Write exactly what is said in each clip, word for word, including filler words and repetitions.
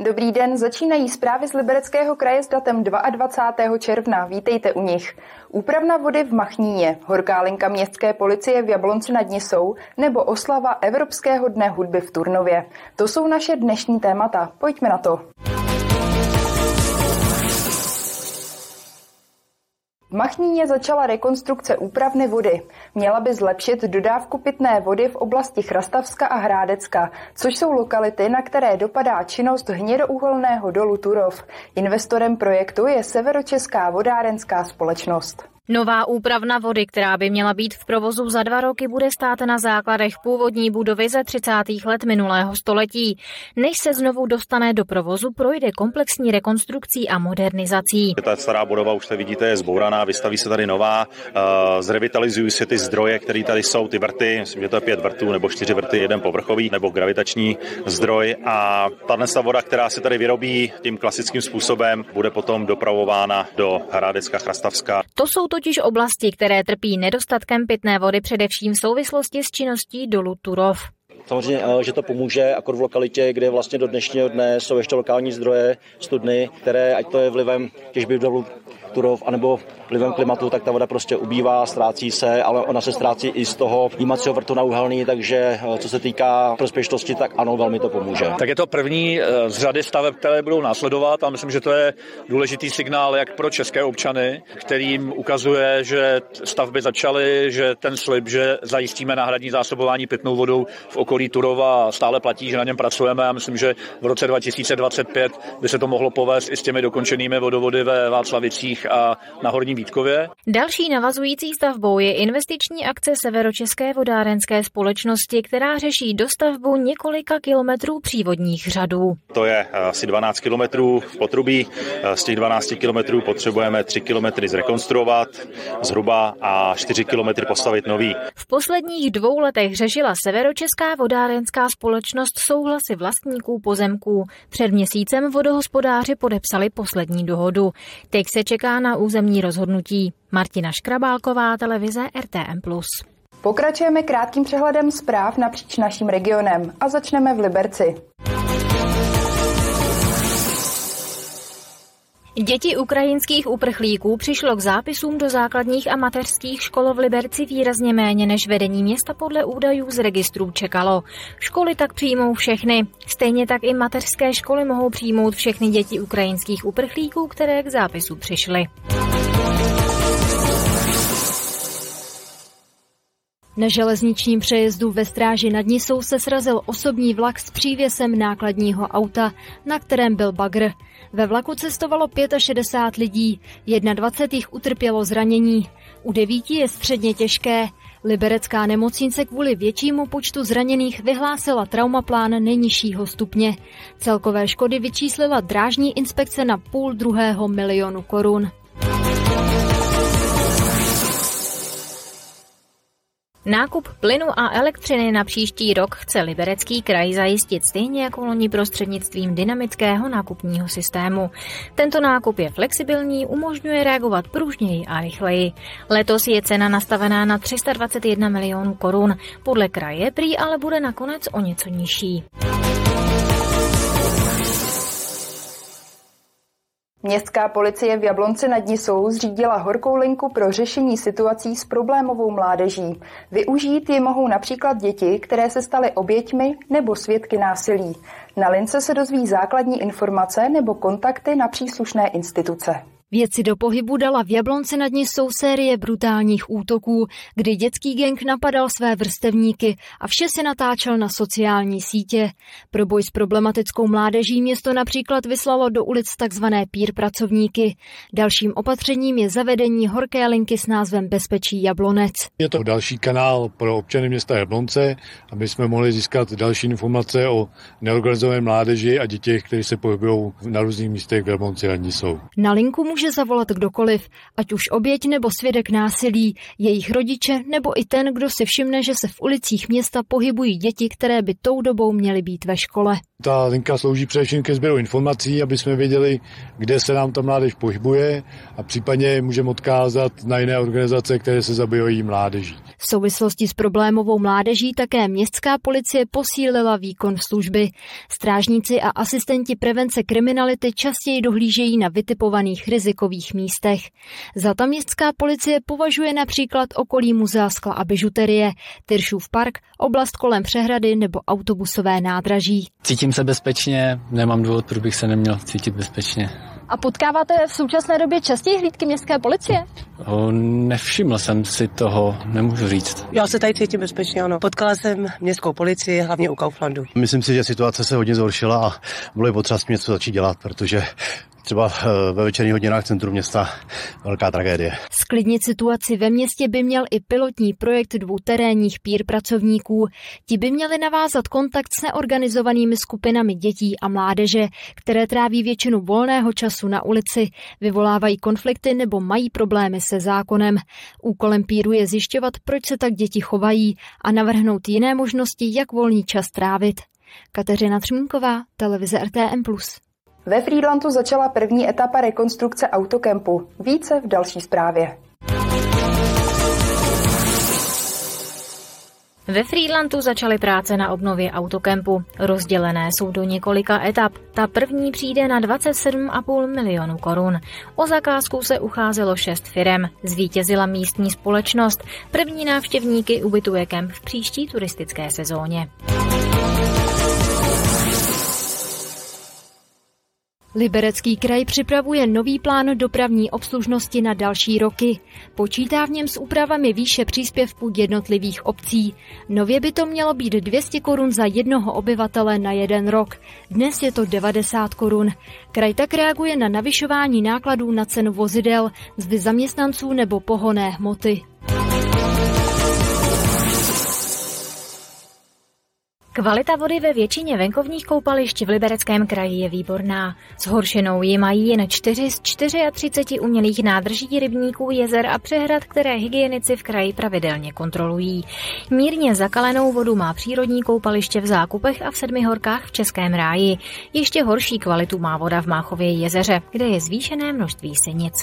Dobrý den, začínají zprávy z Libereckého kraje s datem dvacátého druhého června. Vítejte u nich. Úpravna vody v Machníně, horká linka městské policie v Jablonci nad Nisou nebo oslava Evropského dne hudby v Turnově. To jsou naše dnešní témata. Pojďme na to. V Machníně začala rekonstrukce úpravny vody. Měla by zlepšit dodávku pitné vody v oblasti Chrastavska a Hrádecka, což jsou lokality, na které dopadá činnost hnědouhelného dolu Turów. Investorem projektu je Severočeská vodárenská společnost. Nová úpravna vody, která by měla být v provozu za dva roky, bude stát na základech původní budovy ze třicátých let minulého století. Než se znovu dostane do provozu, projde komplexní rekonstrukcí a modernizací. Ta stará budova, už to vidíte, je zbouraná, vystaví se tady nová, zrevitalizují se ty zdroje, které tady jsou, ty vrty, myslím, že to je pět vrtů nebo čtyři vrty, jeden povrchový nebo gravitační zdroj, a tato voda, která se tady vyrobí tím klasickým způsobem, bude potom dopravována do Hrádecka, Chrastavska. To jsou totiž oblasti, které trpí nedostatkem pitné vody především v souvislosti s činností dolu Turów. Samozřejmě, že to pomůže, akor v lokalitě, kde vlastně do dnešního dne jsou ještě lokální zdroje, studny, které, ať to je vlivem těžby dolu Turów, anebo vlivem klimatu, tak ta voda prostě ubývá, ztrácí se, ale ona se ztrácí i z toho jímacího vrtu na uhelný, takže co se týká prospěšnosti, tak ano, velmi to pomůže. Tak je to první z řady staveb, které budou následovat, a myslím, že to je důležitý signál jak pro české občany, kterým ukazuje, že stavby začaly, že ten slib, že zajistíme náhradní zásobování pitnou vodou v okolí Turova, stále platí, že na něm pracujeme, a myslím, že v roce dva tisíce dvacet pět by se to mohlo povést i s těmi dokončenými vodovody ve Václavicích a na Horním Vítkově. Další navazující stavbou je investiční akce Severočeské vodárenské společnosti, která řeší dostavbu několika kilometrů přívodních řadů. To je asi dvanáct kilometrů v potrubí. Z těch dvanácti kilometrů potřebujeme tři kilometry zrekonstruovat zhruba a čtyři kilometry postavit nový. V posledních dvou letech řešila Severočeská vodárenská společnost souhlasy vlastníků pozemků. Před měsícem vodohospodáři podepsali poslední dohodu. Teď se čeká na územní rozhodnutí. Martina Škrabálková, televize R T M plus. Pokračujeme krátkým přehledem zpráv napříč naším regionem a začneme v Liberci. Děti ukrajinských uprchlíků přišlo k zápisům do základních a mateřských škol v Liberci výrazně méně, než vedení města podle údajů z registrů čekalo. Školy tak přijmou všechny. Stejně tak i mateřské školy mohou přijmout všechny děti ukrajinských uprchlíků, které k zápisu přišly. Na železničním přejezdu ve Stráži nad Nisou se srazil osobní vlak s přívěsem nákladního auta, na kterém byl bagr. Ve vlaku cestovalo šedesát pět lidí, dvacet jedna jich utrpělo zranění. U devíti je středně těžké. Liberecká nemocnice kvůli většímu počtu zraněných vyhlásila traumaplán nejnižšího stupně. Celkové škody vyčíslila drážní inspekce na půl druhého milionu korun. Nákup plynu a elektřiny na příští rok chce Liberecký kraj zajistit stejně jako loni prostřednictvím dynamického nákupního systému. Tento nákup je flexibilní, umožňuje reagovat pružněji a rychleji. Letos je cena nastavená na tři sta dvacet jedna milionů korun. Podle kraje prý ale bude nakonec o něco nižší. Městská policie v Jablonci nad Nisou zřídila horkou linku pro řešení situací s problémovou mládeží. Využít ji mohou například děti, které se staly oběťmi nebo svědky násilí. Na lince se dozví základní informace nebo kontakty na příslušné instituce. Věci do pohybu dala v Jablonci nad Nisou série brutálních útoků, kdy dětský gang napadal své vrstevníky a vše se natáčel na sociální sítě. Pro boj s problematickou mládeží město například vyslalo do ulic takzvané peer pracovníky. Dalším opatřením je zavedení horké linky s názvem Bezpečí Jablonec. Je to další kanál pro občany města Jablonce, aby jsme mohli získat další informace o neorganizované mládeži a dětech, kteří se pohybují na různých místech v Jablonci nad Nisou. Na linku může zavolat kdokoliv, ať už oběť nebo svědek násilí, jejich rodiče nebo i ten, kdo si všimne, že se v ulicích města pohybují děti, které by tou dobou měly být ve škole. Ta linka slouží především ke sběru informací, aby jsme věděli, kde se nám ta mládež pohybuje a případně můžeme odkázat na jiné organizace, které se zabývají mládeží. V souvislosti s problémovou mládeží také městská policie posílila výkon služby. Strážníci a asistenti prevence kriminality častěji dohlížejí na vytipovaných rizikových místech. Za ta městská policie považuje například okolí muzea skla a bižuterie, Tyršův park, oblast kolem přehrady nebo autobusové nádraží. Cítím se bezpečně, nemám důvod, proč bych se neměl cítit bezpečně. A potkáváte v současné době častěji hlídky městské policie? O, nevšiml jsem si toho, nemůžu říct. Já se tady cítím bezpečně, ano. Potkala jsem městskou policii, hlavně u Kauflandu. Myslím si, že situace se hodně zhoršila a bylo je potřeba s tím něco začít dělat, protože třeba ve večerních hodinách v centru města velká tragédie. Sklidnit situaci ve městě by měl i pilotní projekt dvou terénních pír pracovníků. Ti by měli navázat kontakt s neorganizovanými skupinami dětí a mládeže, které tráví většinu volného času na ulici, vyvolávají konflikty nebo mají problémy se zákonem. Úkolem píru je zjišťovat, proč se tak děti chovají a navrhnout jiné možnosti, jak volný čas trávit. Kateřina Třmínková, televize R T M plus. Ve Frýdlantu začala první etapa rekonstrukce autokempu. Více v další zprávě. Ve Frýdlantu začaly práce na obnově autokempu. Rozdělené jsou do několika etap. Ta první přijde na dvacet sedm a půl milionu korun. O zakázku se ucházelo šest firem. Zvítězila místní společnost. První návštěvníky ubytuje kemp v příští turistické sezóně. Liberecký kraj připravuje nový plán dopravní obslužnosti na další roky. Počítá v něm s úpravami výše příspěvků jednotlivých obcí. Nově by to mělo být dvě stě korun za jednoho obyvatele na jeden rok. Dnes je to devadesát korun. Kraj tak reaguje na navyšování nákladů na cenu vozidel, mzdy zaměstnanců nebo pohonné hmoty. Kvalita vody ve většině venkovních koupališť v Libereckém kraji je výborná. Zhoršenou ji mají jen čtyři z třiceti čtyř umělých nádrží, rybníků, jezer a přehrad, které hygienici v kraji pravidelně kontrolují. Mírně zakalenou vodu má přírodní koupaliště v Zákupech a v Sedmihorkách v Českém ráji. Ještě horší kvalitu má voda v Máchově jezeře, kde je zvýšené množství sinic.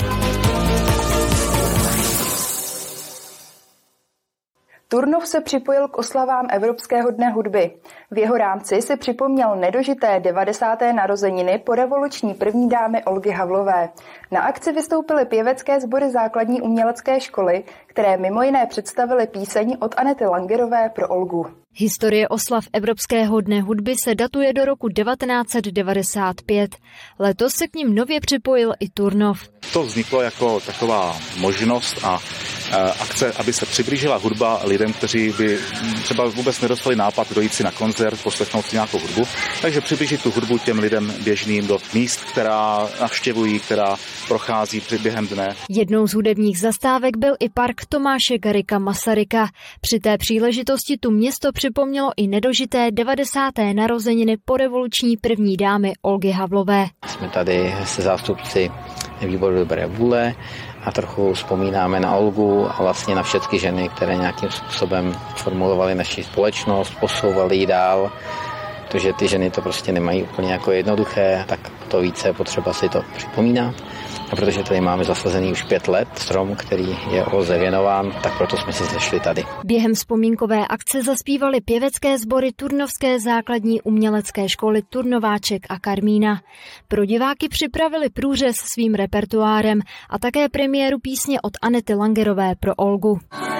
Turnov se připojil k oslavám Evropského dne hudby. V jeho rámci si připomněl nedožité devadesáté narozeniny po revoluční první dámy Olgy Havlové. Na akci vystoupily pěvecké sbory základní umělecké školy, které mimo jiné představily píseň od Anety Langerové pro Olgu. Historie oslav Evropského dne hudby se datuje do roku devatenáct set devadesát pět. Letos se k nim nově připojil i Turnov. To vzniklo jako taková možnost a akce, aby se přiblížila hudba lidem, kteří by třeba vůbec nedostali nápad dojít si na koncert, poslechnout si nějakou hudbu. Takže přiblížit tu hudbu těm lidem běžným do míst, která navštěvují, která prochází během dne. Jednou z hudebních zastávek byl i park Tomáše Garrigua Masaryka. Při té příležitosti tu město připomnělo i nedožité devadesáté narozeniny po revoluční první dámy Olgy Havlové. Jsme tady se zástupci výboru dobré vůle a trochu vzpomínáme na Olgu a vlastně na všechny ženy, které nějakým způsobem formulovaly naši společnost, posouvaly ji dál. Protože ty ženy to prostě nemají úplně jako jednoduché, tak to více je potřeba si to připomínat. A protože tady máme zasazený už pět let strom, který je Olze věnován, tak proto jsme si sešli tady. Během vzpomínkové akce zaspívaly pěvecké sbory Turnovské základní umělecké školy Turnováček a Karmína. Pro diváky připravili průřez svým repertoárem a také premiéru písně od Anety Langerové pro Olgu.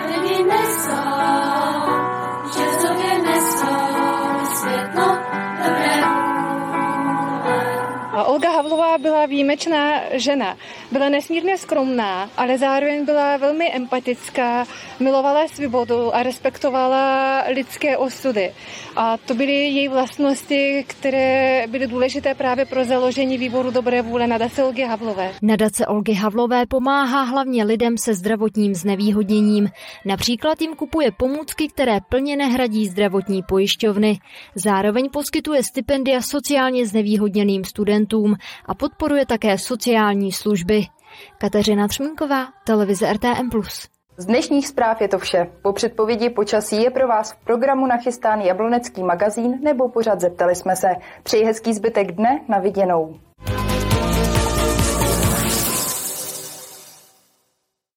Olga Havlová byla výjimečná žena. Byla nesmírně skromná, ale zároveň byla velmi empatická, milovala svobodu a respektovala lidské osudy. A to byly její vlastnosti, které byly důležité právě pro založení výboru dobré vůle nadace Olgy Havlové. Nadace Olgy Havlové pomáhá hlavně lidem se zdravotním znevýhodněním. Například jim kupuje pomůcky, které plně nehradí zdravotní pojišťovny. Zároveň poskytuje stipendia sociálně znevýhodněným studentům a podporuje také sociální služby. Kateřina Třmínková, televize R T M plus. Z dnešních zpráv je to vše. Po předpovědi počasí je pro vás v programu nachystán Jablonecký magazín nebo pořad Zeptali jsme se. Přeji hezký zbytek dne, na viděnou.